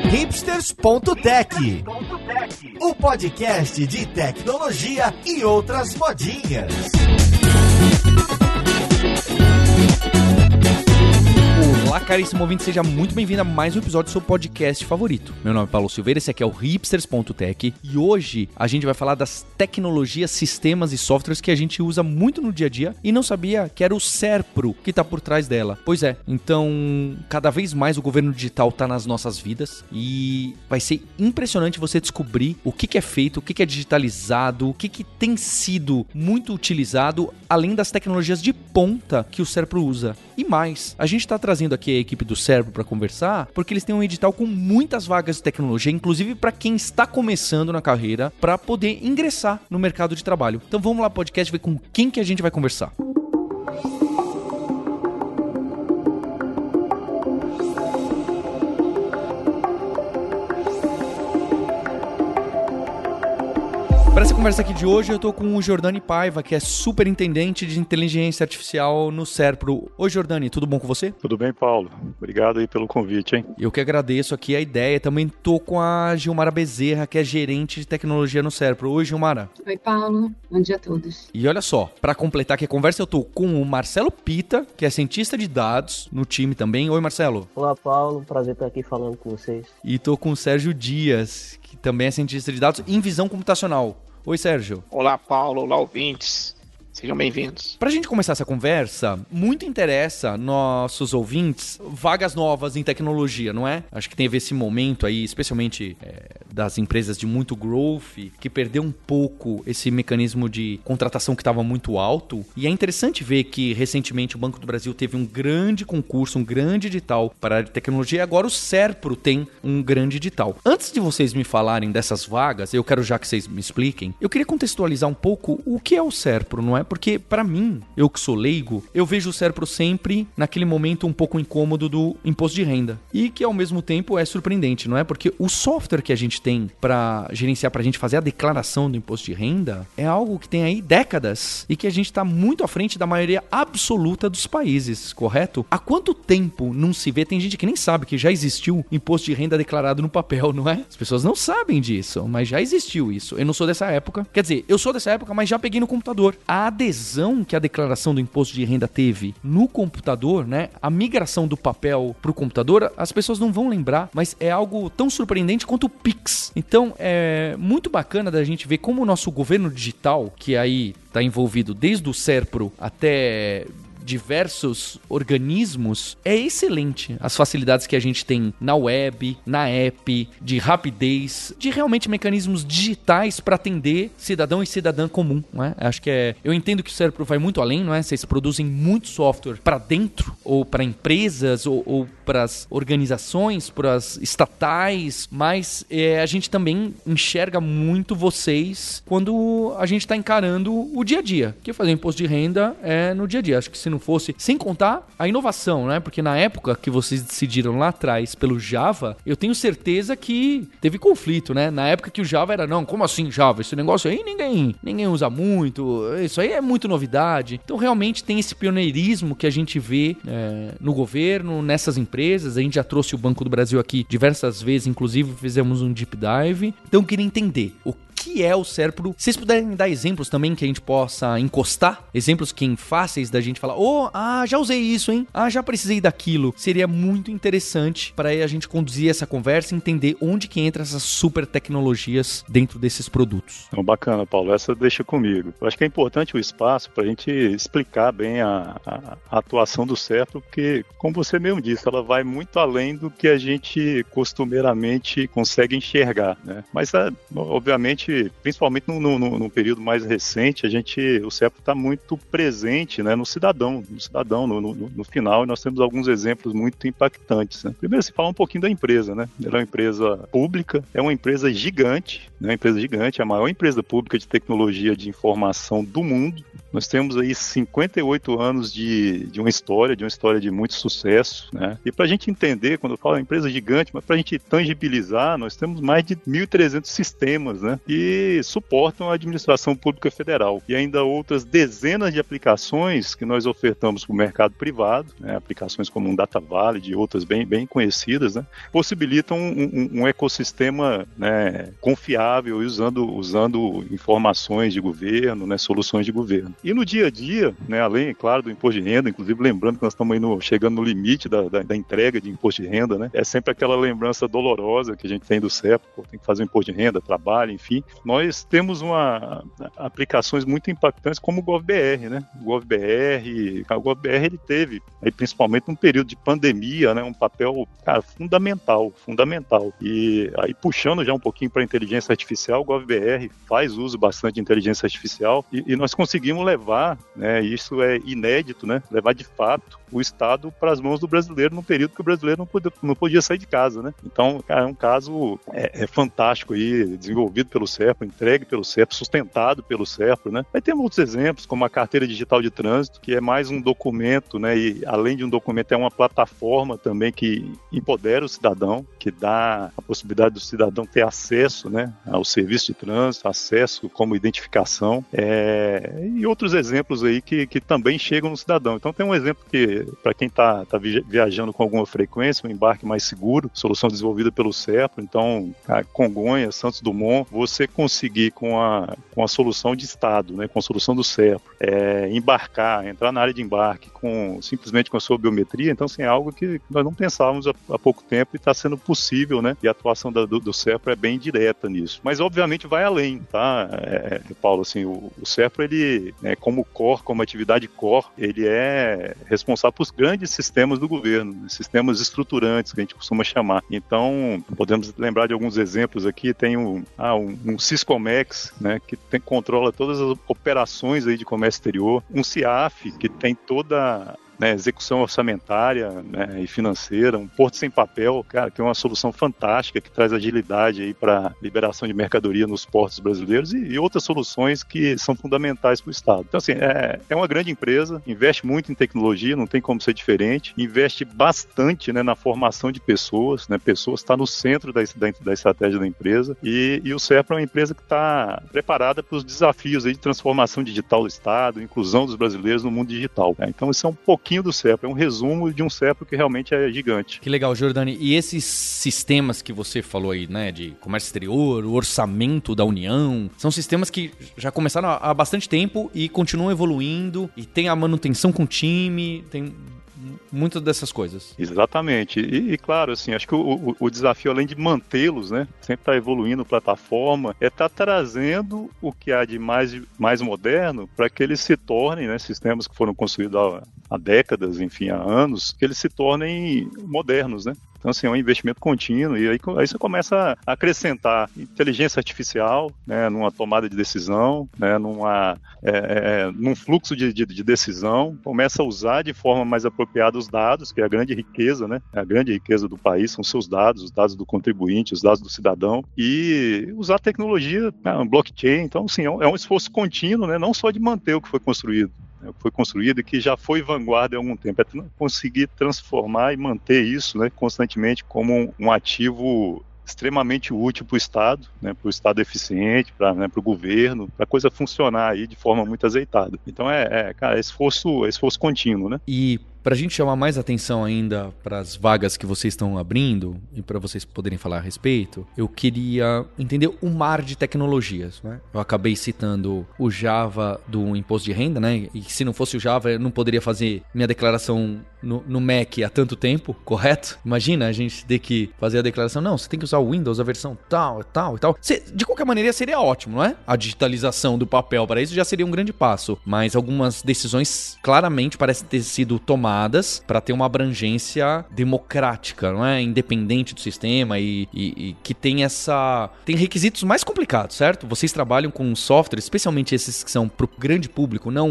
hipsters.tech, o podcast de tecnologia e outras modinhas. Olá, caríssimo ouvinte, seja muito bem-vindo a mais um episódio do seu podcast favorito. Meu nome é Paulo Silveira, esse aqui é o hipsters.tech e hoje a gente vai falar das tecnologias, sistemas e softwares que a gente usa muito no dia a dia e não sabia que era o Serpro que está por trás dela. Pois é, então cada vez mais o governo digital está nas nossas vidas e vai ser impressionante você descobrir o que é feito, o que é digitalizado, o que tem sido muito utilizado, além das tecnologias de ponta que o Serpro usa. E mais, a gente está trazendo aqui a equipe do Serpro para conversar, porque eles têm um edital com muitas vagas de tecnologia, inclusive para quem está começando na carreira, para poder ingressar no mercado de trabalho. Então vamos lá, podcast, ver com quem que a gente vai conversar. Para essa conversa aqui de hoje, eu tô com o Jordani Paiva, que é superintendente de inteligência artificial no Serpro. Oi, Jordani, tudo bom com você? Tudo bem, Paulo. Obrigado aí pelo convite, hein? Eu que agradeço aqui a ideia. Também tô com a Gilmara Bezerra, que é gerente de tecnologia no Serpro. Oi, Gilmara. Oi, Paulo. Bom dia a todos. E olha só, para completar aqui a conversa, eu tô com o Marcelo Pita, que é cientista de dados no time também. Oi, Marcelo. Olá, Paulo. Prazer estar aqui falando com vocês. E tô com o Sérgio Dias, que também é cientista de dados em visão computacional. Oi, Sérgio. Olá, Paulo. Olá, ouvintes. Sejam bem-vindos. Pra gente começar essa conversa, muito interessa nossos ouvintes vagas novas em tecnologia, não é? Acho que teve esse momento aí, especialmente das empresas de muito growth, que perdeu um pouco esse mecanismo de contratação que estava muito alto. E é interessante ver que recentemente o Banco do Brasil teve um grande concurso, um grande edital para a área de tecnologia, e agora o Serpro tem um grande edital. Antes de vocês me falarem dessas vagas, eu quero já que vocês me expliquem, eu queria contextualizar um pouco o que é o Serpro, não é? Porque, para mim, eu que sou leigo, eu vejo o Serpro sempre naquele momento um pouco incômodo do imposto de renda. E que, ao mesmo tempo, é surpreendente, não é? Porque o software que a gente tem para gerenciar, para a gente fazer a declaração do imposto de renda, é algo que tem aí décadas e que a gente está muito à frente da maioria absoluta dos países, correto? Há quanto tempo não se vê? Tem gente que nem sabe que já existiu imposto de renda declarado no papel, não é? As pessoas não sabem disso, mas já existiu isso. Eu não sou dessa época. Quer dizer, eu sou dessa época, mas já peguei no computador. A adesão que a declaração do imposto de renda teve no computador, né? A migração do papel para o computador, as pessoas não vão lembrar, mas é algo tão surpreendente quanto o Pix. Então, é muito bacana da gente ver como o nosso governo digital, que aí está envolvido desde o Serpro até diversos organismos, é excelente as facilidades que a gente tem na web, na app, de rapidez, de realmente mecanismos digitais para atender cidadão e cidadã comum, não é? Acho que eu entendo que o Serpro vai muito além, não é? Vocês produzem muito software para dentro, ou para empresas, ou para as organizações, para as estatais, mas a gente também enxerga muito vocês quando a gente está encarando o dia a dia, que fazer imposto de renda é no dia a dia. Acho que se não fosse, sem contar a inovação, né? Porque na época que vocês decidiram lá atrás pelo Java, eu tenho certeza que teve conflito, né? Na época que o Java era, não, como assim Java? Esse negócio aí ninguém usa muito, isso aí é muito novidade. Então realmente tem esse pioneirismo que a gente vê no governo, nessas empresas. A gente já trouxe o Banco do Brasil aqui diversas vezes, inclusive fizemos um deep dive. Então eu queria entender o que é o Serpro. Se vocês puderem dar exemplos também que a gente possa encostar, exemplos que fáceis da gente falar, já usei isso, hein? Já precisei daquilo. Seria muito interessante para a gente conduzir essa conversa e entender onde que entra essas super tecnologias dentro desses produtos. Então, bacana, Paulo. Essa deixa comigo. Eu acho que é importante o espaço para a gente explicar bem a atuação do Serpro, porque, como você mesmo disse, ela vai muito além do que a gente costumeiramente consegue enxergar, né? Mas, obviamente, principalmente no período mais recente, o Serpro está muito presente, né, no cidadão, no final, e nós temos alguns exemplos muito impactantes, né? Primeiro, se falar um pouquinho da empresa, né? Ela é uma empresa pública, é uma empresa gigante, né? A maior empresa pública de tecnologia de informação do mundo, Nós temos aí 58 anos de uma história de muito sucesso, né? E para a gente entender, quando eu falo empresa gigante, mas para a gente tangibilizar, nós temos mais de 1.300 sistemas, né? Que suportam a administração pública federal. E ainda outras dezenas de aplicações que nós ofertamos para o mercado privado, né? Aplicações como um Data Valley, de outras bem conhecidas, né? Possibilitam um ecossistema, né, confiável e usando informações de governo, né, soluções de governo. E no dia a dia, né, além, claro, do imposto de renda, inclusive lembrando que nós estamos aí chegando no limite da entrega de imposto de renda, né? É sempre aquela lembrança dolorosa que a gente tem do CEP, tem que fazer um imposto de renda, trabalho, enfim. Nós temos aplicações muito impactantes como o GovBR, né? O GovBR ele teve, aí, principalmente num período de pandemia, né, um papel, cara, fundamental. E aí puxando já um pouquinho para a inteligência artificial, o GovBR faz uso bastante de inteligência artificial e nós conseguimos levar, né, isso é inédito, né, levar de fato o Estado para as mãos do brasileiro num período que o brasileiro não podia sair de casa, né? Então, cara, é um caso fantástico aí, desenvolvido pelo SERPRO, entregue pelo SERPRO, sustentado pelo SERPRO, né? Aí temos outros exemplos, como a Carteira Digital de Trânsito, que é mais um documento, né? E além de um documento, é uma plataforma também que empodera o cidadão, que dá a possibilidade do cidadão ter acesso, né, ao serviço de trânsito, acesso como identificação, e outros exemplos aí que também chegam no cidadão. Então tem um exemplo que, para quem está viajando com alguma frequência, um embarque mais seguro, solução desenvolvida pelo SERPRO. Então, a Congonhas, Santos Dumont, você conseguir com a solução de Estado, né, com a solução do SERPRO, embarcar, entrar na área de embarque simplesmente com a sua biometria, então assim, é algo que nós não pensávamos há pouco tempo e está sendo possível, né? E a atuação do SERPRO é bem direta nisso. Mas obviamente vai além, tá, Paulo? Assim, o SERPRO, ele, como core, como atividade core, ele é responsável por grandes sistemas do governo, sistemas estruturantes, que a gente costuma chamar. Então, podemos lembrar de alguns exemplos aqui. Tem um Syscomex, né, que controla todas as operações aí de comércio exterior. Um CIAF, que tem toda, né, execução orçamentária, né, e financeira, um porto sem papel, cara, que é uma solução fantástica, que traz agilidade aí para liberação de mercadoria nos portos brasileiros e outras soluções que são fundamentais para o Estado. Então, assim, é uma grande empresa, investe muito em tecnologia, não tem como ser diferente, investe bastante, né, na formação de pessoas, né, pessoas está no centro da estratégia da empresa e o SERPRO é uma empresa que está preparada para os desafios aí de transformação digital do Estado, inclusão dos brasileiros no mundo digital, né? Então, isso é um pouquinho do SERPRO, é um resumo de um SERPRO que realmente é gigante. Que legal, Giordani. E esses sistemas que você falou aí, né, de comércio exterior, o orçamento da União, são sistemas que já começaram há bastante tempo e continuam evoluindo, e tem a manutenção com o time, tem muitas dessas coisas. Exatamente. E claro, assim, acho que o desafio, além de mantê-los, né, sempre está evoluindo a plataforma, tá trazendo o que há de mais moderno para que eles se tornem, né, sistemas que foram construídos há décadas, enfim, há anos, que eles se tornem modernos, né? Então, assim, é um investimento contínuo e aí você começa a acrescentar inteligência artificial, né, numa tomada de decisão, né, num fluxo de decisão, começa a usar de forma mais apropriada os dados, que é a grande riqueza, né? A grande riqueza do país são seus dados, os dados do contribuinte, os dados do cidadão, e usar a tecnologia, né, blockchain. Então, assim, é um esforço contínuo, né, não só de manter o que foi construído, e que já foi vanguarda há algum tempo, conseguir transformar e manter isso, né, constantemente como um ativo extremamente útil para o Estado, né, para o Estado eficiente, para o governo, para a coisa funcionar aí de forma muito azeitada. Então, cara, esforço contínuo, né? E para a gente chamar mais atenção ainda para as vagas que vocês estão abrindo e para vocês poderem falar a respeito, eu queria entender o mar de tecnologias, né? Eu acabei citando o Java do imposto de renda, né? E se não fosse o Java, eu não poderia fazer minha declaração no Mac há tanto tempo, correto? Imagina a gente ter que fazer a declaração. Não, você tem que usar o Windows, a versão tal e tal. De qualquer maneira, seria ótimo, não é? A digitalização do papel para isso já seria um grande passo. Mas algumas decisões claramente parecem ter sido tomadas para ter uma abrangência democrática, não é? Independente do sistema e que tem requisitos mais complicados, certo? Vocês trabalham com softwares, especialmente esses que são para o grande público, não os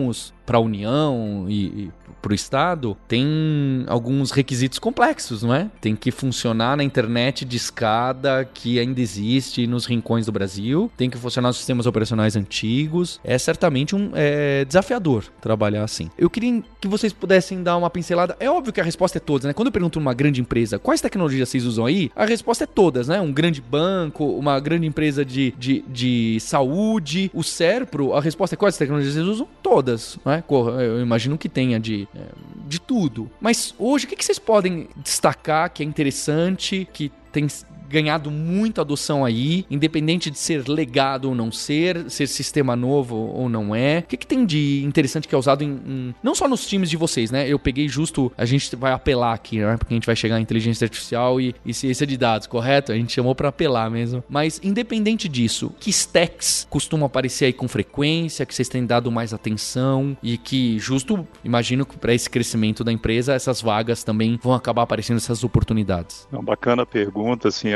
para a União e para o Estado, tem alguns requisitos complexos, não é? Tem que funcionar na internet de escada que ainda existe nos rincões do Brasil, tem que funcionar nos sistemas operacionais antigos. É certamente desafiador trabalhar assim. Eu queria que vocês pudessem dar uma pincelada. É óbvio que a resposta é todas, né? Quando eu pergunto numa grande empresa, quais tecnologias vocês usam aí? A resposta é todas, né? Um grande banco, uma grande empresa de saúde, o Serpro, a resposta é quais tecnologias vocês usam? Todas, não é? Eu imagino que tenha de tudo. Mas hoje, o que vocês podem destacar que é interessante, que tem ganhado muita adoção aí, independente de ser legado ou não ser sistema novo ou não é? O que tem de interessante que é usado não só nos times de vocês, né? Eu peguei justo, a gente vai apelar aqui, né? Porque a gente vai chegar em inteligência artificial e ciência de dados, correto? A gente chamou pra apelar mesmo. Mas, independente disso, que stacks costumam aparecer aí com frequência, que vocês têm dado mais atenção e que, justo, imagino que para esse crescimento da empresa, essas vagas também vão acabar aparecendo essas oportunidades. Uma bacana pergunta, assim,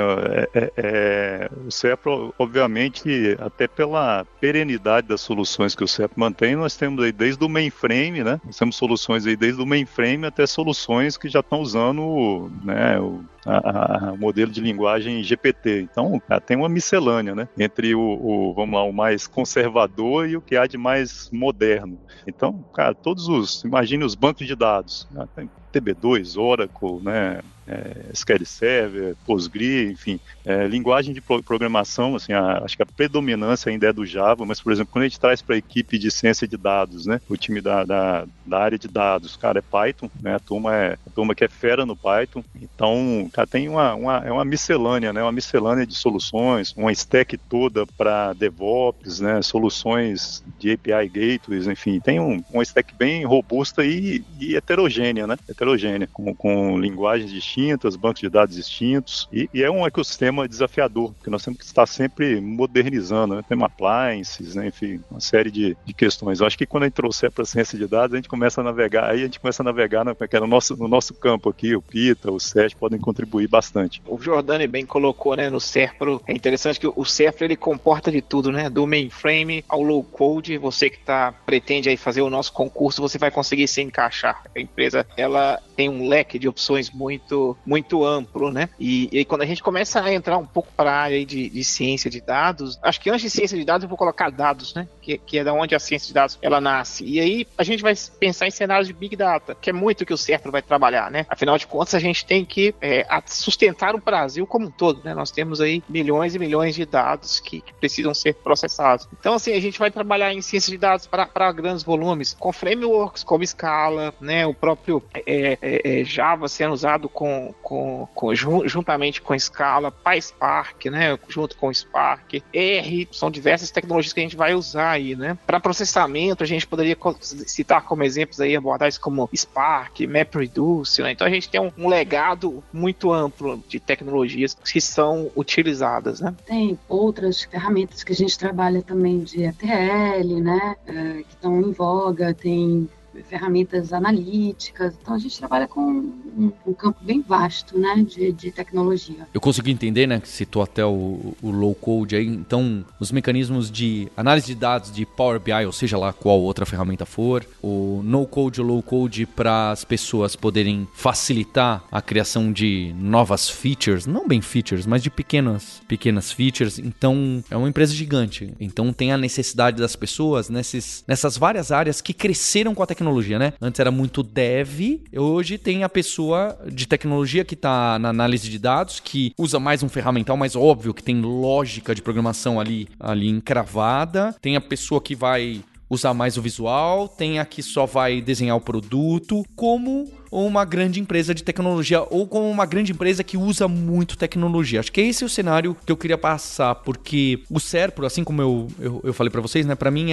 o Serpro, obviamente, até pela perenidade das soluções que o Serpro mantém, nós temos aí desde o mainframe, né? Nós temos soluções aí desde o mainframe até soluções que já estão usando, né, o modelo de linguagem GPT. Então, tem uma miscelânea, né? Entre vamos lá, o mais conservador e o que há de mais moderno. Então, cara, imagine os bancos de dados, né? Tem DB2, Oracle, né? SQL Server, Postgre, enfim, linguagem de programação, assim, acho que a predominância ainda é do Java, mas, por exemplo, quando a gente traz para a equipe de ciência de dados, né, o time da área de dados, cara, é Python, né, a turma que é fera no Python, então, cara, tem uma miscelânea, né, uma miscelânea de soluções, uma stack toda para DevOps, né, soluções de API Gateways, enfim, tem uma stack bem robusta e heterogênea, né, com linguagens distintas, bancos de dados distintos, e é um ecossistema desafiador, porque nós temos que estar sempre modernizando, né? Temos appliances, né? Enfim, uma série de questões. Eu acho que quando a gente trouxer para a ciência de dados, a gente começa a navegar no nosso campo aqui, o Pita, o SET podem contribuir bastante. O Jordani bem colocou, né, no Serpro, é interessante que o Serpro, ele comporta de tudo, né, do mainframe ao low code. Você que pretende aí fazer o nosso concurso, você vai conseguir se encaixar. A empresa, ela tem um leque de opções muito amplo, né? E quando a gente começa a entrar um pouco para a área aí de ciência de dados, acho que antes de ciência de dados eu vou colocar dados, né? Que é da onde a ciência de dados ela nasce. E aí a gente vai pensar em cenários de Big Data, que é muito que o Serpro vai trabalhar, né? Afinal de contas, a gente tem que sustentar o Brasil como um todo, né? Nós temos aí milhões e milhões de dados que precisam ser processados. Então, assim, a gente vai trabalhar em ciência de dados para grandes volumes, com frameworks como Scala, né? O próprio Java sendo usado juntamente com Scala, PySpark, né, junto com Spark, R, são diversas tecnologias que a gente vai usar aí, né. Para processamento, a gente poderia citar como exemplos aí abordagens como Spark, MapReduce, né. Então a gente tem um legado muito amplo de tecnologias que são utilizadas, né. Tem outras ferramentas que a gente trabalha também de ETL, né, que estão em voga, tem ferramentas analíticas, então a gente trabalha com um campo bem vasto, né, de tecnologia. Eu consegui entender, né, que citou até o low code aí, então os mecanismos de análise de dados de Power BI, ou seja lá qual outra ferramenta for, o no code ou low code para as pessoas poderem facilitar a criação de novas features, não bem features, mas de pequenas features. Então é uma empresa gigante, então tem a necessidade das pessoas nessas várias áreas que cresceram com a tecnologia, né? Antes era muito dev, hoje tem a pessoa de tecnologia que está na análise de dados, que usa mais um ferramental mais óbvio, que tem lógica de programação ali encravada, tem a pessoa que vai usar mais o visual, tem a que só vai desenhar o produto, como uma grande empresa de tecnologia ou como uma grande empresa que usa muito tecnologia. Acho que esse é o cenário que eu queria passar, porque o Serpro, assim como eu falei pra vocês, né, pra mim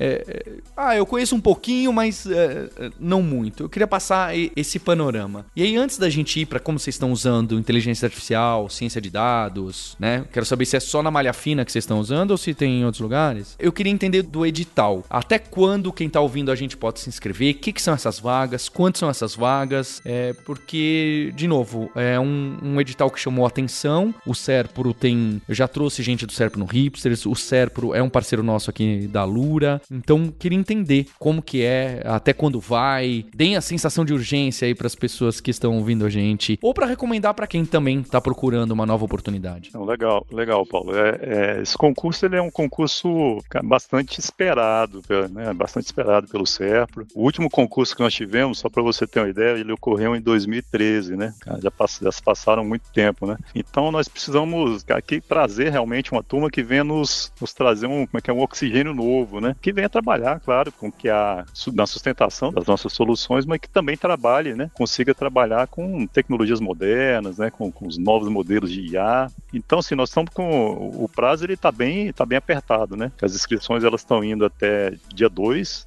eu conheço um pouquinho, mas não muito. Eu queria passar esse panorama. E aí, antes da gente ir pra como vocês estão usando inteligência artificial, ciência de dados, né, quero saber se é só na malha fina que vocês estão usando ou se tem em outros lugares. Eu queria entender do edital. Até quando quem tá ouvindo a gente pode se inscrever? O que são essas vagas? Quantas são essas vagas? vagas, porque, de novo, é um edital que chamou a atenção. O Serpro eu já trouxe gente do Serpro no Hipsters, o Serpro é um parceiro nosso aqui da Alura, então queria entender como que é, até quando vai, deem a sensação de urgência aí para as pessoas que estão ouvindo a gente, ou para recomendar para quem também está procurando uma nova oportunidade. Legal, Paulo. Esse concurso ele é um concurso bastante esperado, né? Bastante esperado pelo Serpro. O último concurso que nós tivemos, só para você ter uma ideia, ele ocorreu em 2013, né? Já se passaram muito tempo, né? Então nós precisamos aqui trazer realmente uma turma que venha nos trazer um oxigênio novo, né? Que venha trabalhar, claro, na sustentação das nossas soluções, mas que também trabalhe, né? Consiga trabalhar com tecnologias modernas, né? Com os novos modelos de IA. Então, assim, nós estamos com o prazo, ele está bem apertado, né? As inscrições elas estão indo até dia 2,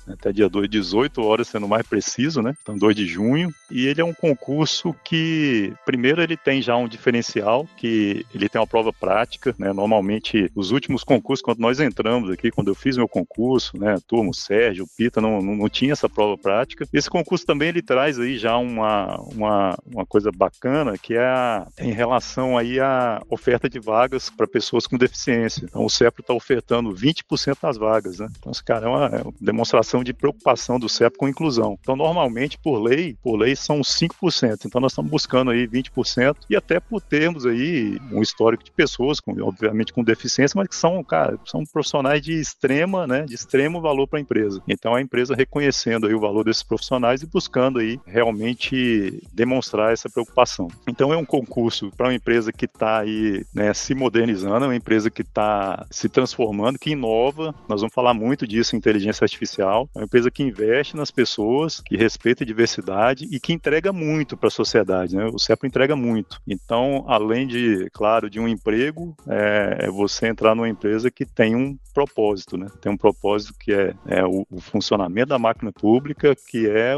18 horas, sendo mais preciso, né? Então, 2 de junho. E ele é um concurso que, primeiro, ele tem já um diferencial, que ele tem uma prova prática, né? Normalmente, os últimos concursos, quando nós entramos aqui, quando eu fiz meu concurso, né? A turma, o Sérgio, o Pita, não tinha essa prova prática. Esse concurso também, ele traz aí já uma coisa bacana, que é em relação aí à oferta de vagas para pessoas com deficiência. Então, o Serpro está ofertando 20% das vagas, né? Então, esse cara é uma demonstração de preocupação do Serpro com inclusão. Então, normalmente, por lei são 5%. Então, nós estamos buscando aí 20% e até por termos aí um histórico de pessoas, obviamente com deficiência, mas que são profissionais de extremo valor para a empresa. Então, a empresa reconhecendo aí o valor desses profissionais e buscando aí realmente demonstrar essa preocupação. Então, é um concurso para uma empresa que está aí, né, se modernizando, é uma empresa que está se transformando, que inova. Nós vamos falar muito disso em inteligência artificial. É uma empresa que investe nas pessoas, que respeita a diversidade e que entrega muito para a sociedade, né? O Serpro entrega muito. Então, além de, claro, de um emprego, é você entrar numa empresa que tem um propósito, né? Tem um propósito que é o funcionamento da máquina pública, que é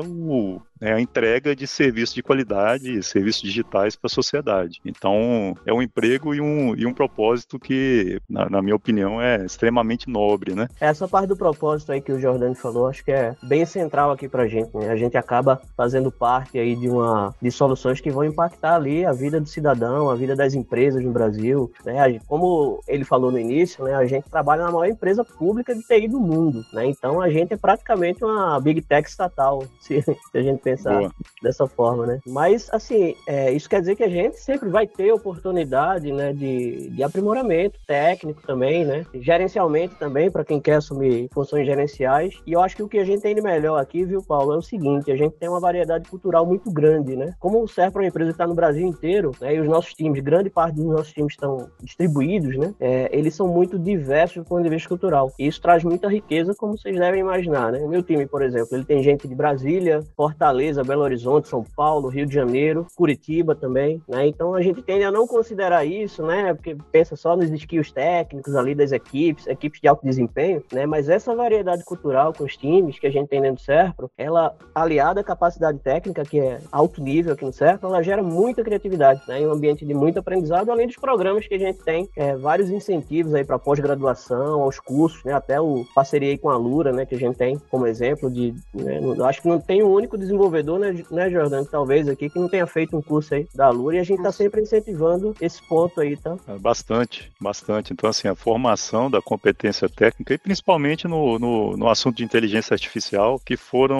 a entrega de serviços de qualidade, serviços digitais para a sociedade. Então, é um emprego e um propósito que, na minha opinião, é extremamente nobre, né? Essa parte do propósito aí que o Jordani falou, acho que é bem central aqui pra gente, né? A gente acaba fazendo parte aí de soluções que vão impactar ali a vida do cidadão, a vida das empresas no Brasil, né? Como ele falou no início, né? A gente trabalha na maior empresa pública de TI do mundo, né? Então, a gente é praticamente uma Big Tech estatal, se a gente pensar dessa forma, né? Mas, assim, isso quer dizer que a gente sempre vai ter oportunidade, né, de aprimoramento técnico também, né? Gerencialmente também, para quem quer assumir funções gerenciais. E eu acho que o que a gente tem de melhor aqui, viu, Paulo, é o seguinte: a gente tem uma variedade cultural muito grande, né? Como o Serpro é uma empresa que está no Brasil inteiro, né, e os nossos times, grande parte dos nossos times estão distribuídos, né? Eles são muito diversos do ponto de vista cultural. E isso traz muita riqueza, como vocês devem imaginar, né? O meu time, por exemplo, ele tem gente de Brasília, Fortaleza, Belo Horizonte, São Paulo, Rio de Janeiro, Curitiba também, né? Então a gente tende a não considerar isso, né? Porque pensa só nos skills técnicos ali das equipes de alto desempenho, né? Mas essa variedade cultural com os times que a gente tem dentro do Serpro, ela, aliada à capacidade técnica, que é alto nível aqui no Serpro, ela gera muita criatividade, né? Em um ambiente de muito aprendizado, além dos programas que a gente tem, vários incentivos aí para pós-graduação, aos cursos, né? Até o parceria aí com a Alura, né? Que a gente tem como exemplo né? Acho que não tem um único desenvolvedor, né, Jordani, talvez aqui, que não tenha feito um curso aí da Alura, e a gente está sempre incentivando esse ponto aí, tá? Bastante. Então, assim, a formação da competência técnica, e principalmente no assunto de inteligência artificial, que foi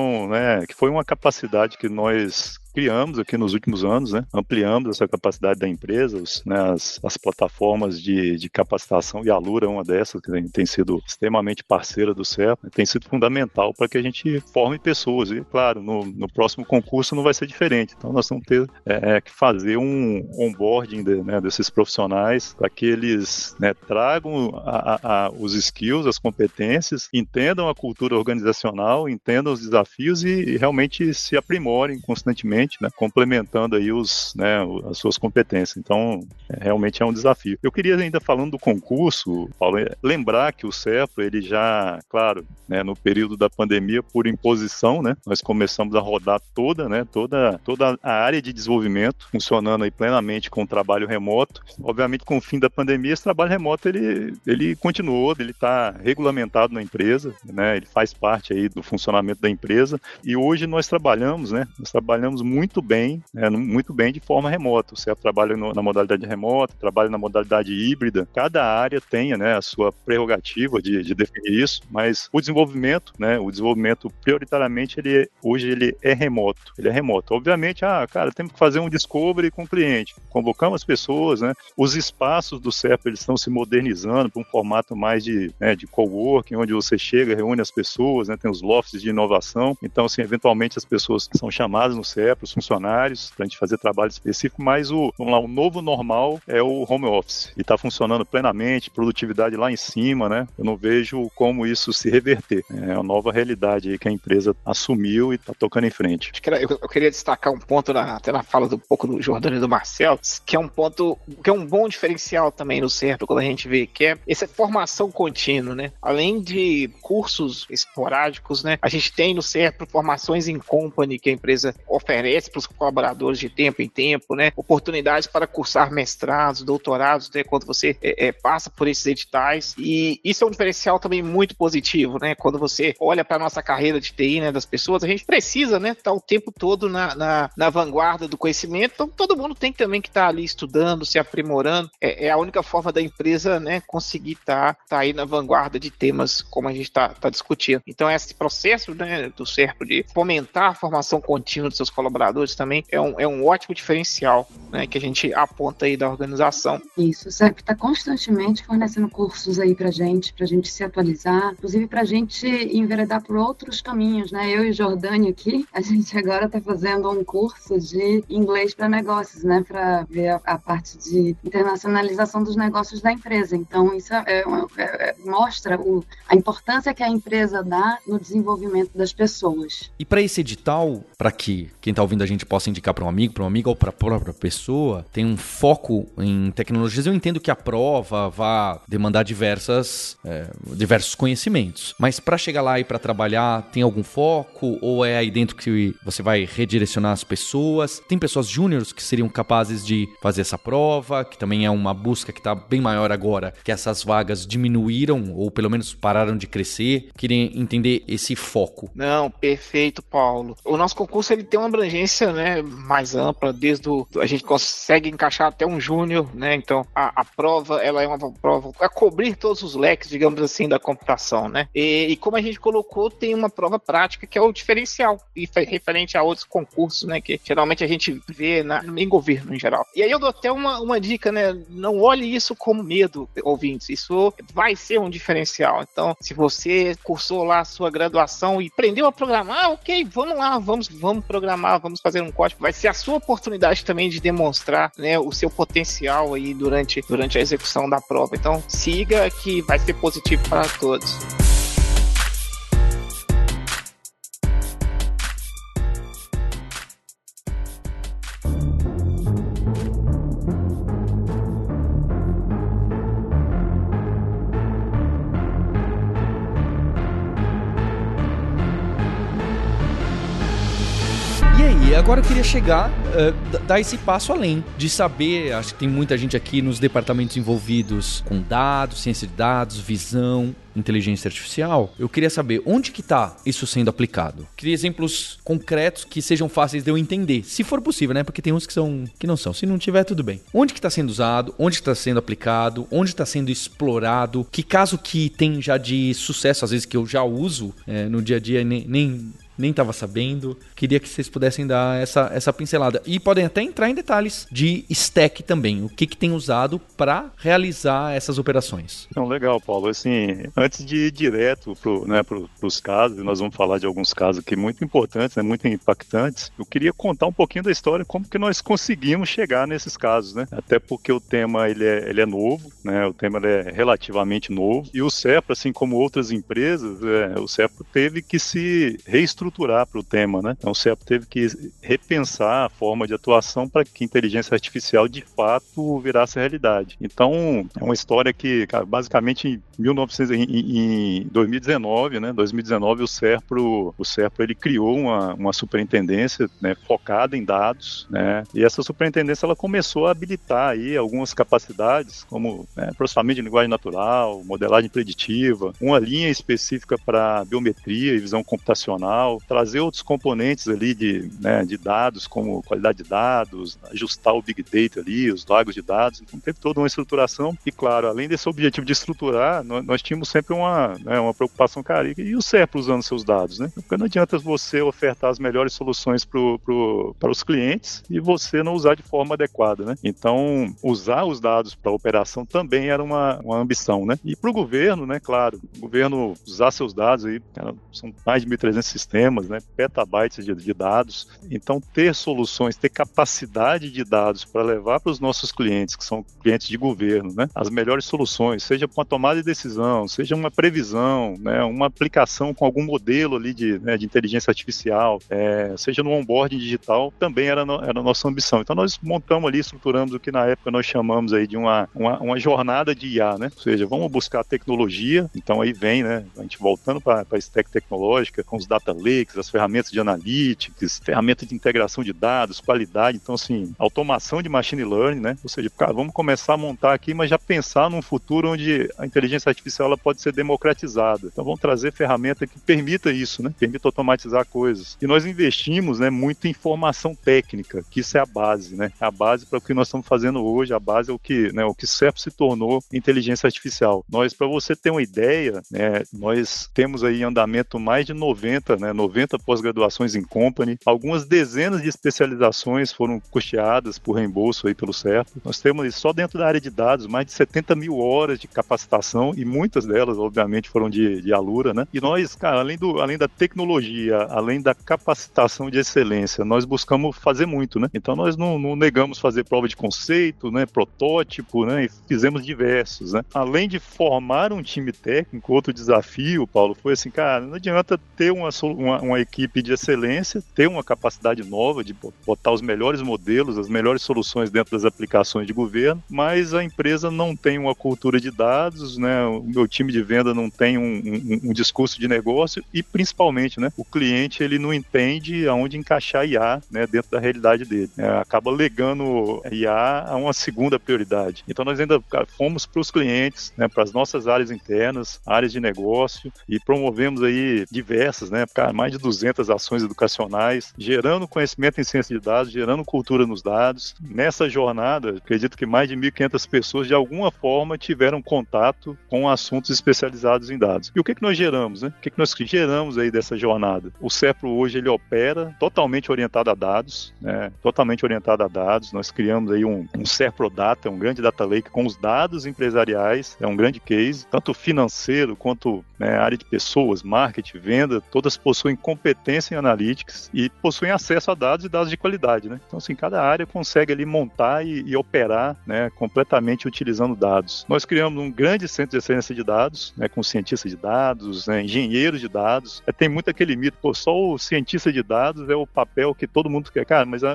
uma capacidade que nós criamos aqui nos últimos anos, né? Ampliamos essa capacidade da empresa, as plataformas de capacitação, e a Alura é uma dessas, que tem sido extremamente parceira do Serpro, tem sido fundamental para que a gente forme pessoas. E, claro, no próximo concurso não vai ser diferente. Então, nós vamos ter que fazer um onboarding desses profissionais para que eles, né, tragam os skills, as competências, entendam a cultura organizacional, entendam os desafios e realmente se aprimorem constantemente, né, complementando aí as suas competências. Então, realmente é um desafio. Eu queria ainda, falando do concurso, Paulo, lembrar que o Serpro, ele já, claro, né, no período da pandemia, por imposição, né, nós começamos a rodar toda a área de desenvolvimento funcionando aí plenamente com o trabalho remoto. Obviamente, com o fim da pandemia, esse trabalho remoto, ele continuou, ele está regulamentado na empresa, né, ele faz parte aí do funcionamento da empresa, e hoje nós trabalhamos muito bem, muito bem de forma remota. O CERP trabalha na modalidade remota, trabalha na modalidade híbrida. Cada área tem, né, a sua prerrogativa de definir isso, mas o desenvolvimento, né, prioritariamente hoje ele é remoto. Ele é remoto. Obviamente, temos que fazer um discovery com o cliente. Convocamos as pessoas, né? Os espaços do CERP eles estão se modernizando para um formato mais de coworking, onde você chega, reúne as pessoas, né? Tem os lofts de inovação. Então, assim, eventualmente as pessoas são chamadas no CERP, os funcionários, para a gente fazer trabalho específico, mas o novo normal é o home office. E está funcionando plenamente, produtividade lá em cima, né? Eu não vejo como isso se reverter. É uma nova realidade aí que a empresa assumiu e está tocando em frente. Eu queria destacar um ponto, até na fala um pouco do Jordano e do Marcelo, que é um ponto, que é um bom diferencial também no CERP, quando a gente vê, que é essa formação contínua, né? Além de cursos esporádicos, né? A gente tem no CERP formações in company que a empresa oferece para os colaboradores de tempo em tempo, né? Oportunidades para cursar mestrados, doutorados, né? Quando você passa por esses editais, e isso é um diferencial também muito positivo, né? Quando você olha para a nossa carreira de TI, né, das pessoas, a gente precisa, né, estar o tempo todo na vanguarda do conhecimento, então todo mundo tem também que estar ali estudando, se aprimorando, é a única forma da empresa, né, conseguir estar aí na vanguarda de temas como a gente está discutindo. Então esse processo, né, do CERP de fomentar a formação contínua dos seus colaboradores também é um ótimo diferencial, né, que a gente aponta aí da organização. Isso, o CERP está constantemente fornecendo cursos aí pra gente se atualizar, inclusive pra gente enveredar por outros caminhos, né? Eu e Jordânia aqui, a gente agora está fazendo um curso de inglês para negócios, né? Para ver a parte de internacionalização dos negócios da empresa. Então, isso mostra a importância que a empresa dá no desenvolvimento das pessoas. E para esse edital, para que quem está ouvindo a gente possa indicar para um amigo ou para a própria pessoa, tem um foco em tecnologias. Eu entendo que a prova vai demandar diversos conhecimentos, mas para chegar lá e para trabalhar, tem algum foco ou é aí dentro que você vai redirecionar as pessoas? Tem pessoas júniores que seriam capazes de fazer essa prova, que também é uma busca que está bem maior agora, que essas vagas diminuíram ou pelo menos pararam de crescer. Queria entender esse foco. Não, perfeito, Paulo. O nosso concurso ele tem uma abrangência, né, mais ampla, a gente consegue encaixar até um júnior, né? Então a prova ela é uma prova a cobrir todos os leques, digamos assim, da computação, né? E como a gente colocou, tem uma prova prática que é o diferencial e referente a outros concursos, né? Que geralmente a gente vê em governo em geral. E aí eu dou até uma dica, né? Não olhe isso como medo, ouvintes. Isso vai ser um diferencial. Então, se você cursou lá a sua graduação e aprendeu a programar, ok, vamos lá, vamos programar, vamos fazer um código. Vai ser a sua oportunidade também de demonstrar, né, o seu potencial aí durante a execução da prova. Então, siga que vai ser positivo para todos. E agora eu queria dar esse passo além, de saber, acho que tem muita gente aqui nos departamentos envolvidos com dados, ciência de dados, visão, inteligência artificial. Eu queria saber onde que está isso sendo aplicado. Queria exemplos concretos que sejam fáceis de eu entender, se for possível, né? Porque tem uns que não são. Se não tiver, tudo bem. Onde que está sendo usado, onde está sendo aplicado, onde está sendo explorado, que caso que tem já de sucesso, às vezes que eu já uso no dia a dia, nem estava sabendo. Queria que vocês pudessem dar essa pincelada. E podem até entrar em detalhes de stack também. O que tem usado para realizar essas operações. Então, legal, Paulo. Assim, antes de ir direto para os casos, nós vamos falar de alguns casos aqui muito importantes, né, muito impactantes. Eu queria contar um pouquinho da história, como que nós conseguimos chegar nesses casos, né? Até porque o tema ele é novo, né? O tema ele é relativamente novo. E o CERP, assim como outras empresas, o CERP teve que se reestruturar para o tema, né? Então o CERP teve que repensar a forma de atuação para que a inteligência artificial de fato virasse realidade. Então é uma história que, cara, basicamente em 2019, né? 2019 o CERP ele criou uma superintendência, né, focada em dados, né? E essa superintendência ela começou a habilitar aí algumas capacidades, como processamento de linguagem natural, modelagem preditiva, uma linha específica para biometria e visão computacional. artificial, trazer outros componentes ali de dados, como qualidade de dados, ajustar o Big Data ali, os lagos de dados. Então teve toda uma estruturação e, claro, além desse objetivo de estruturar, nós tínhamos sempre uma preocupação, cara, e o CERPRO usando seus dados, né? Porque não adianta você ofertar as melhores soluções para os clientes e você não usar de forma adequada, né? Então, usar os dados para a operação também era uma ambição, né? E para o governo, né, claro, o governo usar seus dados aí, cara, são mais de 1.300 sistemas, né, petabytes de dados. Então, ter soluções, ter capacidade de dados para levar para os nossos clientes, que são clientes de governo, né, as melhores soluções, seja com a tomada de decisão, seja uma previsão, né, uma aplicação com algum modelo ali de inteligência artificial, seja no onboarding digital, também era a nossa ambição. Então, nós montamos ali, estruturamos o que na época nós chamamos aí de uma jornada de IA, né? Ou seja, vamos buscar tecnologia, então aí vem, né, a gente voltando para a stack tecnológica, com os data lakes, as ferramentas de analytics, ferramentas de integração de dados, qualidade, então assim, automação de machine learning, né? Ou seja, cara, vamos começar a montar aqui, mas já pensar num futuro onde a inteligência artificial ela pode ser democratizada. Então vamos trazer ferramenta que permita isso, né? Permita automatizar coisas. E nós investimos, né, muito em formação técnica, que isso é a base, né? A base para o que nós estamos fazendo hoje, a base é o que CERPRO se tornou inteligência artificial. Nós, para você ter uma ideia, né, nós temos aí em andamento mais de 90 pós-graduações em company, algumas dezenas de especializações foram custeadas por reembolso aí pelo CERPRO. Nós temos só dentro da área de dados mais de 70 mil horas de capacitação e muitas delas, obviamente, foram de Alura, né? E nós, cara, além da tecnologia, além da capacitação de excelência, nós buscamos fazer muito, né? Então nós não negamos fazer prova de conceito, né, protótipo, né, e fizemos diversos, né? Além de formar um time técnico, outro desafio, Paulo, foi assim, cara, não adianta ter uma equipe de excelência, ter uma capacidade nova de botar os melhores modelos, as melhores soluções dentro das aplicações de governo, mas a empresa não tem uma cultura de dados, né? O meu time de venda não tem um discurso de negócio e, principalmente, né, o cliente ele não entende aonde encaixar IA, né, dentro da realidade dele. Acaba legando IA a uma segunda prioridade. Então nós ainda fomos para os clientes, né, para as nossas áreas internas, áreas de negócio, e promovemos aí diversas, né, mais de 200 ações educacionais, gerando conhecimento em ciência de dados, gerando cultura nos dados. Nessa jornada, acredito que mais de 1.500 pessoas de alguma forma tiveram contato com assuntos especializados em dados. E o que nós geramos, né? O que nós geramos aí dessa jornada? O CERPRO hoje ele opera totalmente orientado a dados, né? Totalmente orientado a dados. Nós criamos aí um CERPRO Data, um grande data lake com os dados empresariais, é um grande case, tanto financeiro quanto, né, área de pessoas, marketing, venda, todas possuem competência em analytics e possuem acesso a dados e dados de qualidade, né? Então, assim, cada área consegue ali montar e operar, né, completamente utilizando dados. Nós criamos um grande centro de excelência de dados, né, com cientistas de dados, né, engenheiros de dados. Tem muito aquele mito, só o cientista de dados é o papel que todo mundo quer. Cara, mas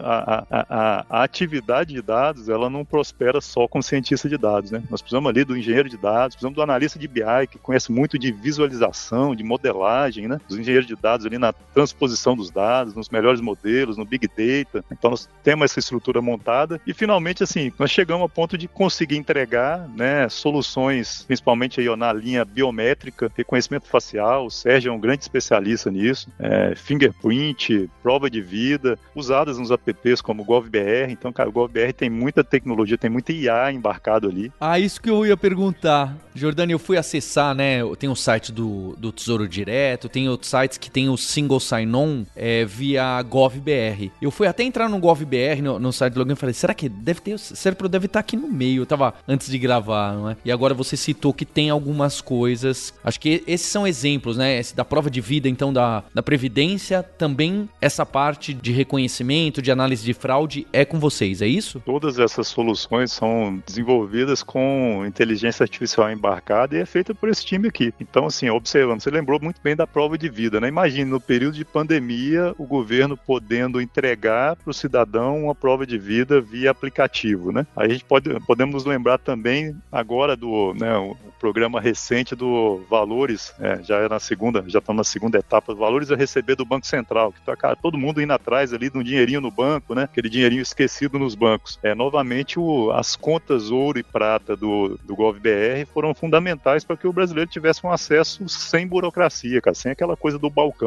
a atividade de dados, ela não prospera só com cientista de dados, né? Nós precisamos ali do engenheiro de dados, precisamos do analista de BI, que conhece muito de visualização, de modelagem, né? Dos engenheiros de dados ali na transposição dos dados, nos melhores modelos, no Big Data. Então nós temos essa estrutura montada e finalmente, assim, nós chegamos ao ponto de conseguir entregar, né, soluções, principalmente aí, ó, na linha biométrica, reconhecimento facial. O Sérgio é um grande especialista nisso, fingerprint, prova de vida, usadas nos apps como o GovBR. Então, cara, o GovBR tem muita tecnologia, tem muita IA embarcado ali. Ah, isso que eu ia perguntar. Jordani, eu fui acessar, né, tem o site do Tesouro Direto, tem outros sites que tem o Single Sign-On via GovBR. Eu fui até entrar no GovBR, no site do Login, e falei, será que deve ter, o CERPRO deve estar aqui no meio? Eu tava antes de gravar, não é? E agora você citou que tem algumas coisas, acho que esses são exemplos, né, esse da prova de vida, então, da Previdência, também essa parte de reconhecimento, de análise de fraude é com vocês, é isso? Todas essas soluções são desenvolvidas com inteligência artificial embarcada e é feita por esse time aqui. Então, assim, observando, você lembrou muito bem da prova de vida, né? Imagine, no período de pandemia, o governo podendo entregar para o cidadão uma prova de vida via aplicativo, né? Aí a gente podemos nos lembrar também agora do, né, o programa recente do Valores, já estamos na segunda etapa, Valores a receber do Banco Central, que tá, cara, todo mundo indo atrás ali de um dinheirinho no banco, né? Aquele dinheirinho esquecido nos bancos. Novamente, as contas ouro e prata do GovBR foram fundamentais para que o brasileiro tivesse um acesso sem burocracia, cara, sem aquela coisa do balcão.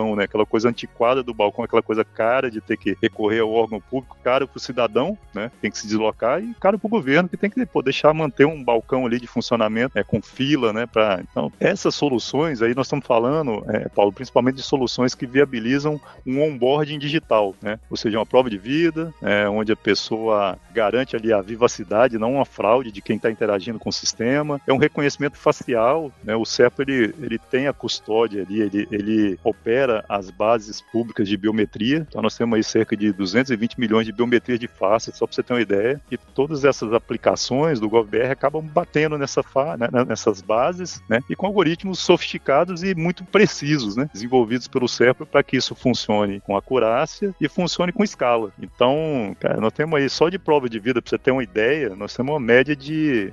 balcão, né? Aquela coisa antiquada do balcão, aquela coisa cara de ter que recorrer ao órgão público, cara para o cidadão, né? Tem que se deslocar, e cara para o governo, que tem que deixar manter um balcão ali de funcionamento, com fila, né? Então, essas soluções aí nós estamos falando, Paulo, principalmente de soluções que viabilizam um onboarding digital, né? Ou seja, uma prova de vida, onde a pessoa garante ali a vivacidade, não uma fraude de quem está interagindo com o sistema. É um reconhecimento facial, né? O CERPA ele tem a custódia ali, ele opera as bases públicas de biometria. Então nós temos aí cerca de 220 milhões de biometrias de face, só para você ter uma ideia. E todas essas aplicações do GovBR acabam batendo nessas bases, né? E com algoritmos sofisticados e muito precisos, né? Desenvolvidos pelo CERPA para que isso funcione com acurácia e funcione com escala. Então, cara, nós temos aí só de prova de vida, para você ter uma ideia, nós temos uma média de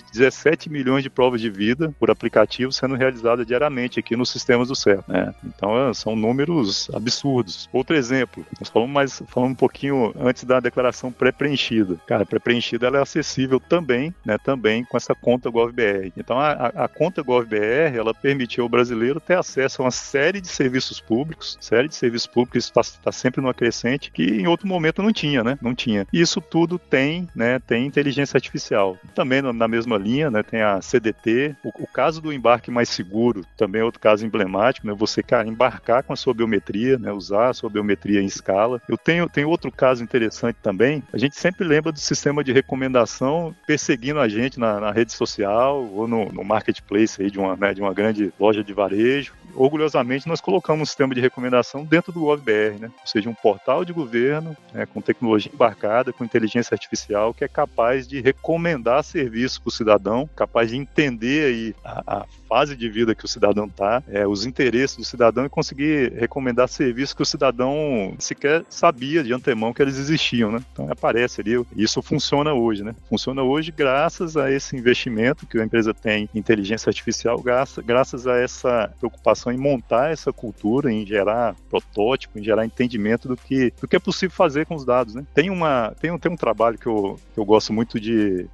17 milhões de provas de vida por aplicativo sendo realizada diariamente aqui nos sistemas do CERPA, né? Então, são números absurdos. Outro exemplo, nós falamos um pouquinho antes da declaração pré-preenchida. Cara, a pré-preenchida ela é acessível também, né? Também com essa conta GovBR. Então, a conta GovBR, ela permitiu ao brasileiro ter acesso a uma série de serviços públicos, isso está sempre numa crescente, que em outro momento não tinha, né? Não tinha. E isso tudo tem inteligência artificial. Também na mesma linha, né? Tem a CDT. O caso do embarque mais seguro também é outro caso emblemático, né? Você, cara, embarcar com a sua biometria, né? Usar a sua biometria em escala. Eu tenho outro caso interessante também. A gente sempre lembra do sistema de recomendação perseguindo a gente na rede social ou no marketplace aí de uma grande loja de varejo. Orgulhosamente, nós colocamos um sistema de recomendação dentro do GovBR, né? Ou seja, um portal de governo, né, com tecnologia embarcada, com inteligência artificial, que é capaz de recomendar serviços para o cidadão, capaz de entender aí a fase de vida que o cidadão está, os interesses do cidadão, e conseguir recomendar serviços que o cidadão sequer sabia de antemão que eles existiam, né? Então aparece ali, isso funciona hoje, né? Funciona hoje graças a esse investimento que a empresa tem em inteligência artificial, graças a essa preocupação em montar essa cultura, em gerar protótipo, em gerar entendimento do que é possível fazer com os dados, né? Tem um trabalho que eu gosto muito de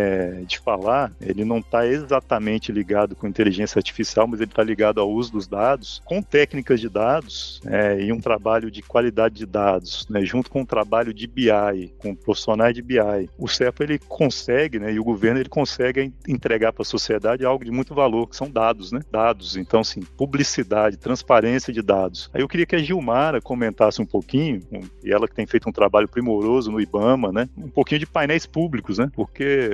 falar, ele não está exatamente ligado com inteligência artificial, mas ele está ligado ao uso dos dados, com técnicas de dados, e um trabalho de qualidade de dados, né, junto com um trabalho de BI, com profissionais de BI. O CERPA, ele consegue, né, e o governo, ele consegue entregar para a sociedade algo de muito valor, que são dados, né? Dados, então, assim, publicidade, transparência de dados. Aí eu queria que a Gilmara comentasse um pouquinho, e ela que tem feito um trabalho primoroso no IBAMA, né, um pouquinho de painéis públicos, né, porque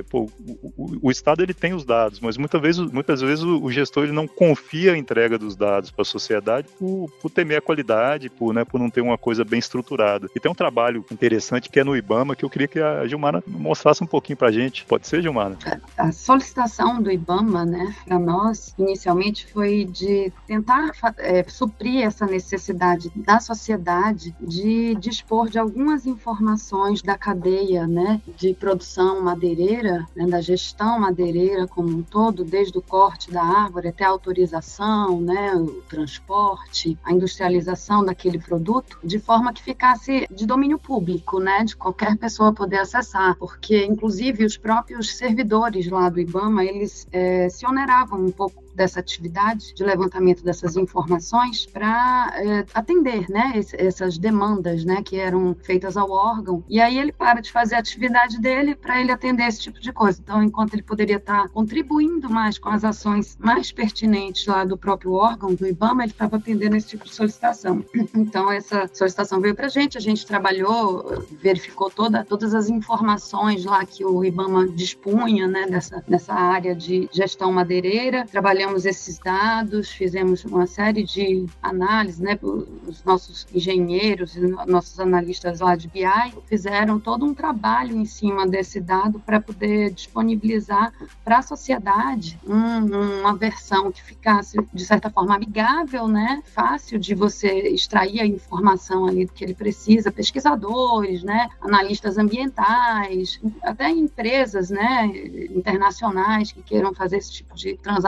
o Estado, ele tem os dados, mas muitas vezes o gestor, ele não confia a entrega dos dados para a sociedade por temer a qualidade, por não ter uma coisa bem estruturada. E tem um trabalho interessante que é no IBAMA, que eu queria que a Gilmara mostrasse um pouquinho para a gente. Pode ser, Gilmara? A solicitação do IBAMA, né, para nós, inicialmente, foi de tentar suprir essa necessidade da sociedade de dispor de algumas informações da cadeia, né, de produção madeireira, né, da gestão madeireira como um todo, desde o corte da árvore até a autorização, né, o transporte, a industrialização daquele produto, de forma que ficasse de domínio público, né, de qualquer pessoa poder acessar, porque, inclusive, os próprios servidores lá do IBAMA, eles se oneravam um pouco dessa atividade de levantamento dessas informações para atender, né, essas demandas, né, que eram feitas ao órgão, e aí ele para de fazer a atividade dele para ele atender esse tipo de coisa. Então, enquanto ele poderia estar contribuindo mais com as ações mais pertinentes lá do próprio órgão, do IBAMA, ele estava atendendo esse tipo de solicitação. Então, essa solicitação veio para a gente trabalhou, verificou todas as informações lá que o IBAMA dispunha, né, dessa área de gestão madeireira, trabalhamos esses dados, fizemos uma série de análises, né, os nossos engenheiros e nossos analistas lá de BI fizeram todo um trabalho em cima desse dado para poder disponibilizar para a sociedade uma versão que ficasse, de certa forma, amigável, né, fácil de você extrair a informação ali que ele precisa, pesquisadores, né, analistas ambientais, até empresas, né, internacionais que queiram fazer esse tipo de transação aqui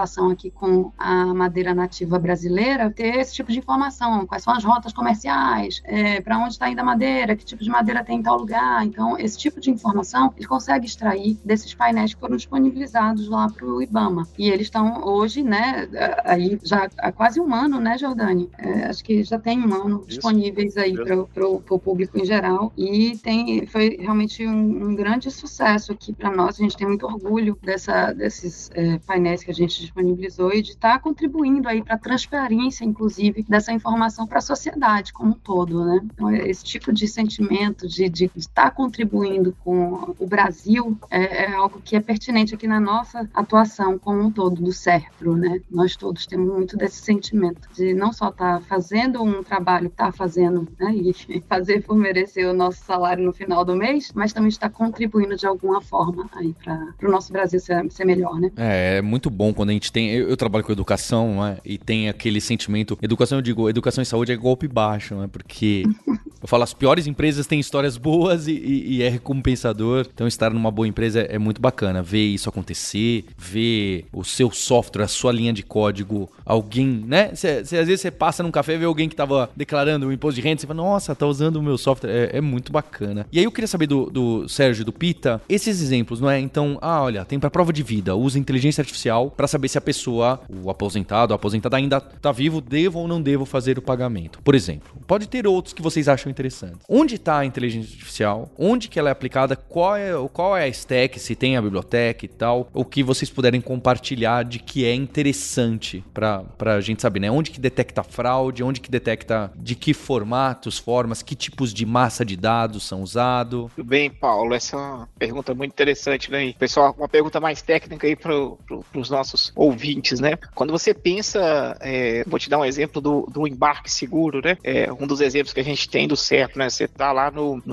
aqui com a madeira nativa brasileira, ter esse tipo de informação, quais são as rotas comerciais, para onde está indo a madeira, que tipo de madeira tem em tal lugar. Então, esse tipo de informação ele consegue extrair desses painéis que foram disponibilizados lá para o IBAMA. E eles estão hoje, né, aí já há quase um ano, né, Jordani? Acho que já tem um ano disponíveis aí para o público em geral. E foi realmente um grande sucesso aqui para nós. A gente tem muito orgulho desses painéis que a gente disponibilizou e de estar contribuindo aí para a transparência, inclusive, dessa informação para a sociedade como um todo, né? Então, esse tipo de sentimento de estar contribuindo com o Brasil é algo que é pertinente aqui na nossa atuação como um todo do SERPRO, né? Nós todos temos muito desse sentimento de não só estar fazendo um trabalho, estar fazendo, né, e fazer por merecer o nosso salário no final do mês, mas também estar contribuindo de alguma forma aí para o nosso Brasil ser melhor, né? É muito bom quando a gente tem... Eu trabalho com educação, né? E tem aquele sentimento... Educação, eu digo, educação e saúde é golpe baixo, né? Porque... Eu falo, as piores empresas têm histórias boas e é recompensador. Então, estar numa boa empresa é muito bacana. Ver isso acontecer, ver o seu software, a sua linha de código, alguém, né? Às vezes você passa num café e vê alguém que tava declarando o imposto de renda, você fala, nossa, tá usando o meu software. É muito bacana. E aí eu queria saber do Sérgio, do Pita, esses exemplos, não é? Então, olha, tem pra prova de vida, usa inteligência artificial pra saber se a pessoa, o aposentado, a aposentada ainda tá vivo, devo ou não devo fazer o pagamento. Por exemplo, pode ter outros que vocês acham interessantes. Onde está a inteligência artificial? Onde que ela é aplicada? Qual é a stack? Se tem a biblioteca e tal? O que vocês puderem compartilhar de que é interessante pra gente saber, né? Onde que detecta fraude? Onde que detecta de que formatos, formas, que tipos de massa de dados são usados? Tudo bem, Paulo. Essa é uma pergunta muito interessante, né? Pessoal, uma pergunta mais técnica aí para os nossos ouvintes, né? Quando você pensa, vou te dar um exemplo do embarque seguro, né? Um dos exemplos que a gente tem do certo, né? Você tá lá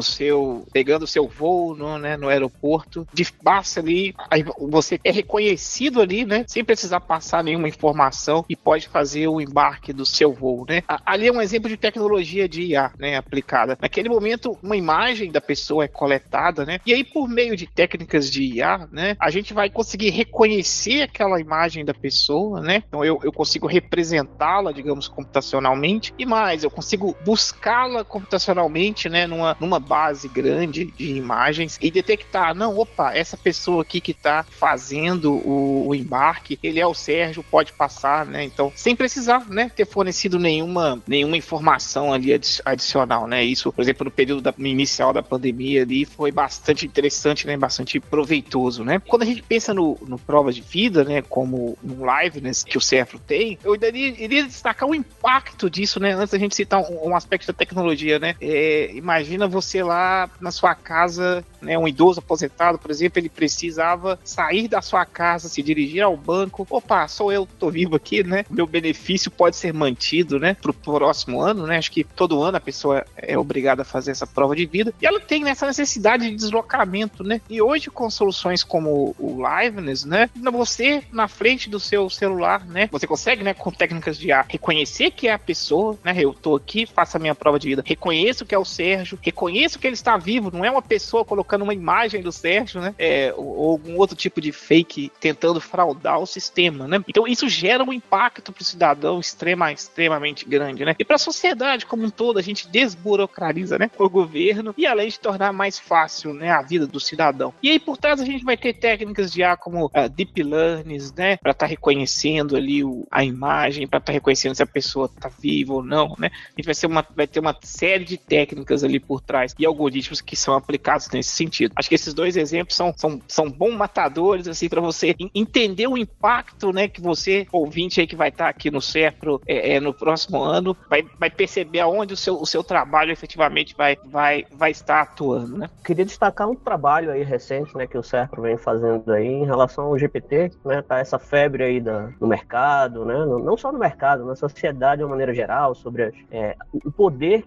pegando o seu voo no aeroporto, de passa ali, aí você é reconhecido ali, né? Sem precisar passar nenhuma informação e pode fazer o embarque do seu voo, né? Ali é um exemplo de tecnologia de IA, né? Aplicada. Naquele momento, uma imagem da pessoa é coletada, né? E aí, por meio de técnicas de IA, né? A gente vai conseguir reconhecer aquela imagem da pessoa, né? Então, eu consigo representá-la, digamos, computacionalmente, e mais, eu consigo buscá-la computacionalmente, né? Numa base grande de imagens e detectar, essa pessoa aqui que está fazendo o embarque, ele é o Sérgio, pode passar, né? Então, sem precisar, né, ter fornecido nenhuma informação ali adicional, né? Isso, por exemplo, no período inicial da pandemia ali, foi bastante interessante, né? Bastante proveitoso, né? Quando a gente pensa no provas de vida, né? Como no Liveness que o SERPRO tem, eu iria destacar o impacto disso, né? Antes da gente citar um aspecto da tecnologia, né? Imagina você lá na sua casa, né? Um idoso aposentado, por exemplo, ele precisava sair da sua casa, se dirigir ao banco. Opa, sou eu, tô vivo aqui, né? Meu benefício pode ser mantido, né? Pro próximo ano, né? Acho que todo ano a pessoa é obrigada a fazer essa prova de vida. E ela tem essa necessidade de deslocamento, né? E hoje, com soluções como o Liveness, né? Você, na frente do seu celular, né? Você consegue, né? Com técnicas de IA, reconhecer que é a pessoa, né? Eu tô aqui, faço a minha prova de vida. Reconheço que é o Sérgio. Reconheço que ele está vivo. Não é uma pessoa colocando uma imagem do Sérgio, né? Ou algum outro tipo de fake tentando fraudar o sistema, né? Então, isso gera um impacto para o cidadão extremamente grande, né? E para a sociedade como um todo, a gente desburocratiza, né? O governo e além de tornar mais fácil, né? A vida do cidadão. E aí, por trás, a gente vai ter técnicas de IA como Deep Learning, né? Para estar reconhecendo ali a imagem, para estar reconhecendo se a pessoa está viva ou não, né? A gente vai ter uma série de técnicas ali por trás e algoritmos que são aplicados nesse sentido. Acho que esses dois exemplos são bons matadores, assim, para você entender o impacto, né, que você, ouvinte aí que vai estar aqui no SERPRO no próximo ano, vai perceber aonde o seu trabalho efetivamente vai estar atuando, né? Queria destacar um trabalho aí recente, né, que o SERPRO vem fazendo aí em relação ao GPT, né, tá essa febre aí no mercado, né, não só no mercado, na sociedade de uma maneira geral, sobre o poder que a gente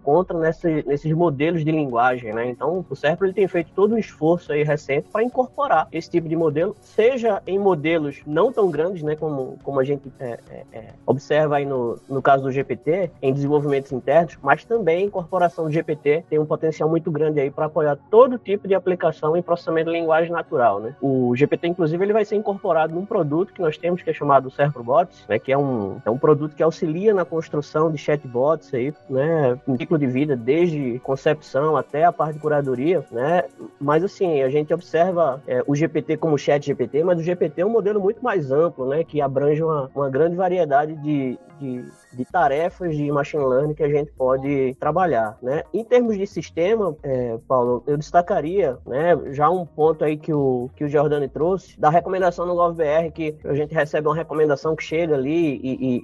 encontra nesses modelos de linguagem, né? Então, o Serpro ele tem feito todo um esforço aí recente para incorporar esse tipo de modelo, seja em modelos não tão grandes, né, como a gente observa aí no caso do GPT, em desenvolvimentos internos, mas também a incorporação do GPT tem um potencial muito grande aí para apoiar todo tipo de aplicação em processamento de linguagem natural, né? O GPT, inclusive, ele vai ser incorporado num produto que nós temos, que é chamado Serpro Bots, né, que é um produto que auxilia na construção de chatbots aí, né, um ciclo de vida, desde concepção até a parte de curadoria, né? Mas assim, a gente observa o GPT como chat GPT, mas o GPT é um modelo muito mais amplo, né, que abrange uma grande variedade de tarefas de machine learning que a gente pode trabalhar, né? Em termos de sistema, Paulo, eu destacaria, né, já um ponto aí que o Giordani trouxe, da recomendação no GovBR, que a gente recebe uma recomendação que chega ali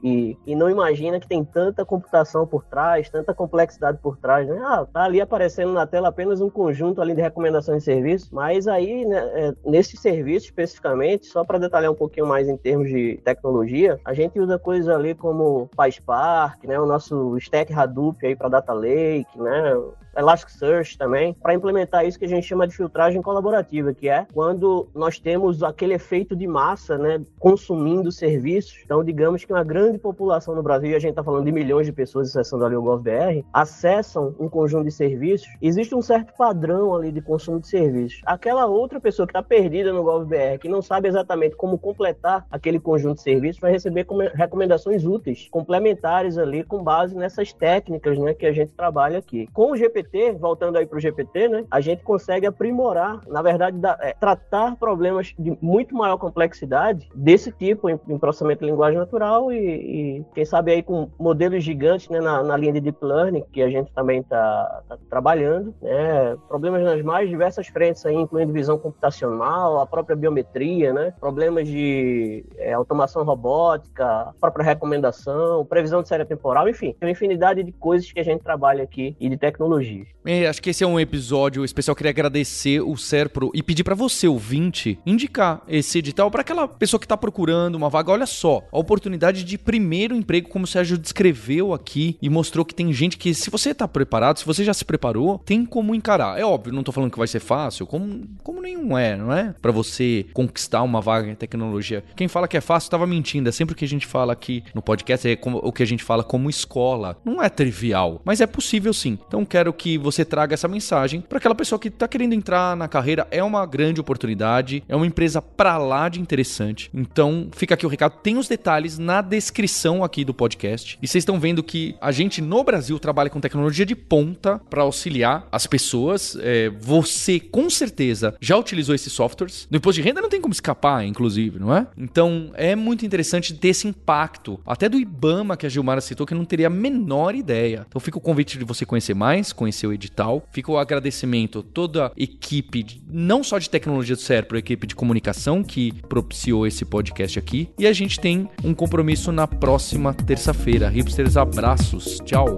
e não imagina que tem tanta computação por trás, tanta complexidade por trás, né? Tá ali aparecendo na tela apenas um conjunto ali de recomendações de serviço, mas aí, né, nesse serviço especificamente, só para detalhar um pouquinho mais em termos de tecnologia, a gente usa coisas ali como PySpark, né, o nosso Stack Hadoop aí para Data Lake, né, Elasticsearch também, para implementar isso que a gente chama de filtragem colaborativa, que é quando nós temos aquele efeito de massa, né, consumindo serviços. Então, digamos que uma grande população no Brasil, e a gente está falando de milhões de pessoas acessando ali o GovBR, acessam um conjunto de serviços, existe um certo padrão ali de consumo de serviços. Aquela outra pessoa que está perdida no GovBR, que não sabe exatamente como completar aquele conjunto de serviços, vai receber recomendações úteis, complementares ali, com base nessas técnicas, né, que a gente trabalha aqui. Com o GPT, voltando aí para o GPT, né, a gente consegue aprimorar, na verdade, tratar problemas de muito maior complexidade desse tipo em processamento de linguagem natural e quem sabe aí com modelos gigantes, né, na linha de Deep Learning, que a gente também está trabalhando, né, problemas nas mais diversas frentes aí, incluindo visão computacional, a própria biometria, né, problemas de automação robótica, a própria recomendação, previsão de série temporal, enfim, tem uma infinidade de coisas que a gente trabalha aqui e de tecnologia. Acho que esse é um episódio especial. Eu queria agradecer o Serpro e pedir para você, ouvinte, indicar esse edital para aquela pessoa que está procurando uma vaga. Olha só, a oportunidade de primeiro emprego, como o Sérgio descreveu aqui e mostrou que tem gente que, se você está preparado, se você já se preparou, tem como encarar. É óbvio, não estou falando que vai ser fácil, como nenhum não é? Para você conquistar uma vaga em tecnologia. Quem fala que é fácil estava mentindo. É sempre o que a gente fala aqui no podcast, o que a gente fala como escola. Não é trivial, mas é possível sim. Então quero que você traga essa mensagem para aquela pessoa que está querendo entrar na carreira. É uma grande oportunidade, é uma empresa pra lá de interessante. Então fica aqui o recado, tem os detalhes na descrição aqui do podcast. E vocês estão vendo que a gente no Brasil trabalha com tecnologia de ponta para auxiliar as pessoas. Você com certeza já utilizou esses softwares. No imposto de renda não tem como escapar, inclusive, não é? Então é muito interessante ter esse impacto, até do IBAMA que a Gilmara citou, que eu não teria a menor ideia. Então fica o convite de você conhecer mais, conhecer o edital. Fica o agradecimento a toda a equipe, não só de tecnologia do Serpro, a equipe de comunicação que propiciou esse podcast aqui. E a gente tem um compromisso na próxima terça-feira. Hipsters, abraços. Tchau.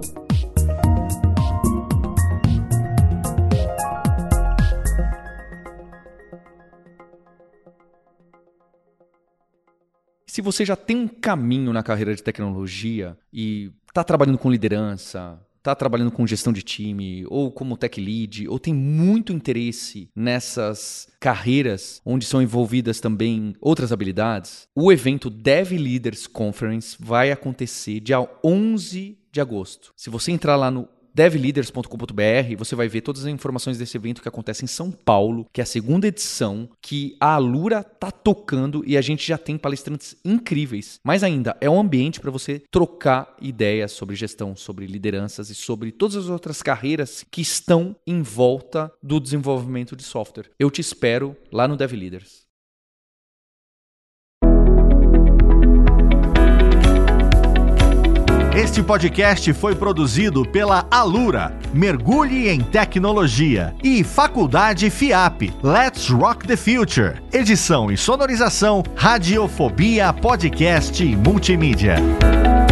Se você já tem um caminho na carreira de tecnologia e está trabalhando com liderança, está trabalhando com gestão de time, ou como tech lead, ou tem muito interesse nessas carreiras onde são envolvidas também outras habilidades, o evento Dev Leaders Conference vai acontecer dia 11 de agosto. Se você entrar lá no devleaders.com.br, você vai ver todas as informações desse evento que acontece em São Paulo, que é a segunda edição, que a Alura tá tocando e a gente já tem palestrantes incríveis. Mas ainda, é um ambiente para você trocar ideias sobre gestão, sobre lideranças e sobre todas as outras carreiras que estão em volta do desenvolvimento de software. Eu te espero lá no Dev Leaders. Este podcast foi produzido pela Alura, Mergulhe em Tecnologia, e Faculdade FIAP, Let's Rock the Future. Edição e sonorização, Radiofobia Podcast e Multimídia.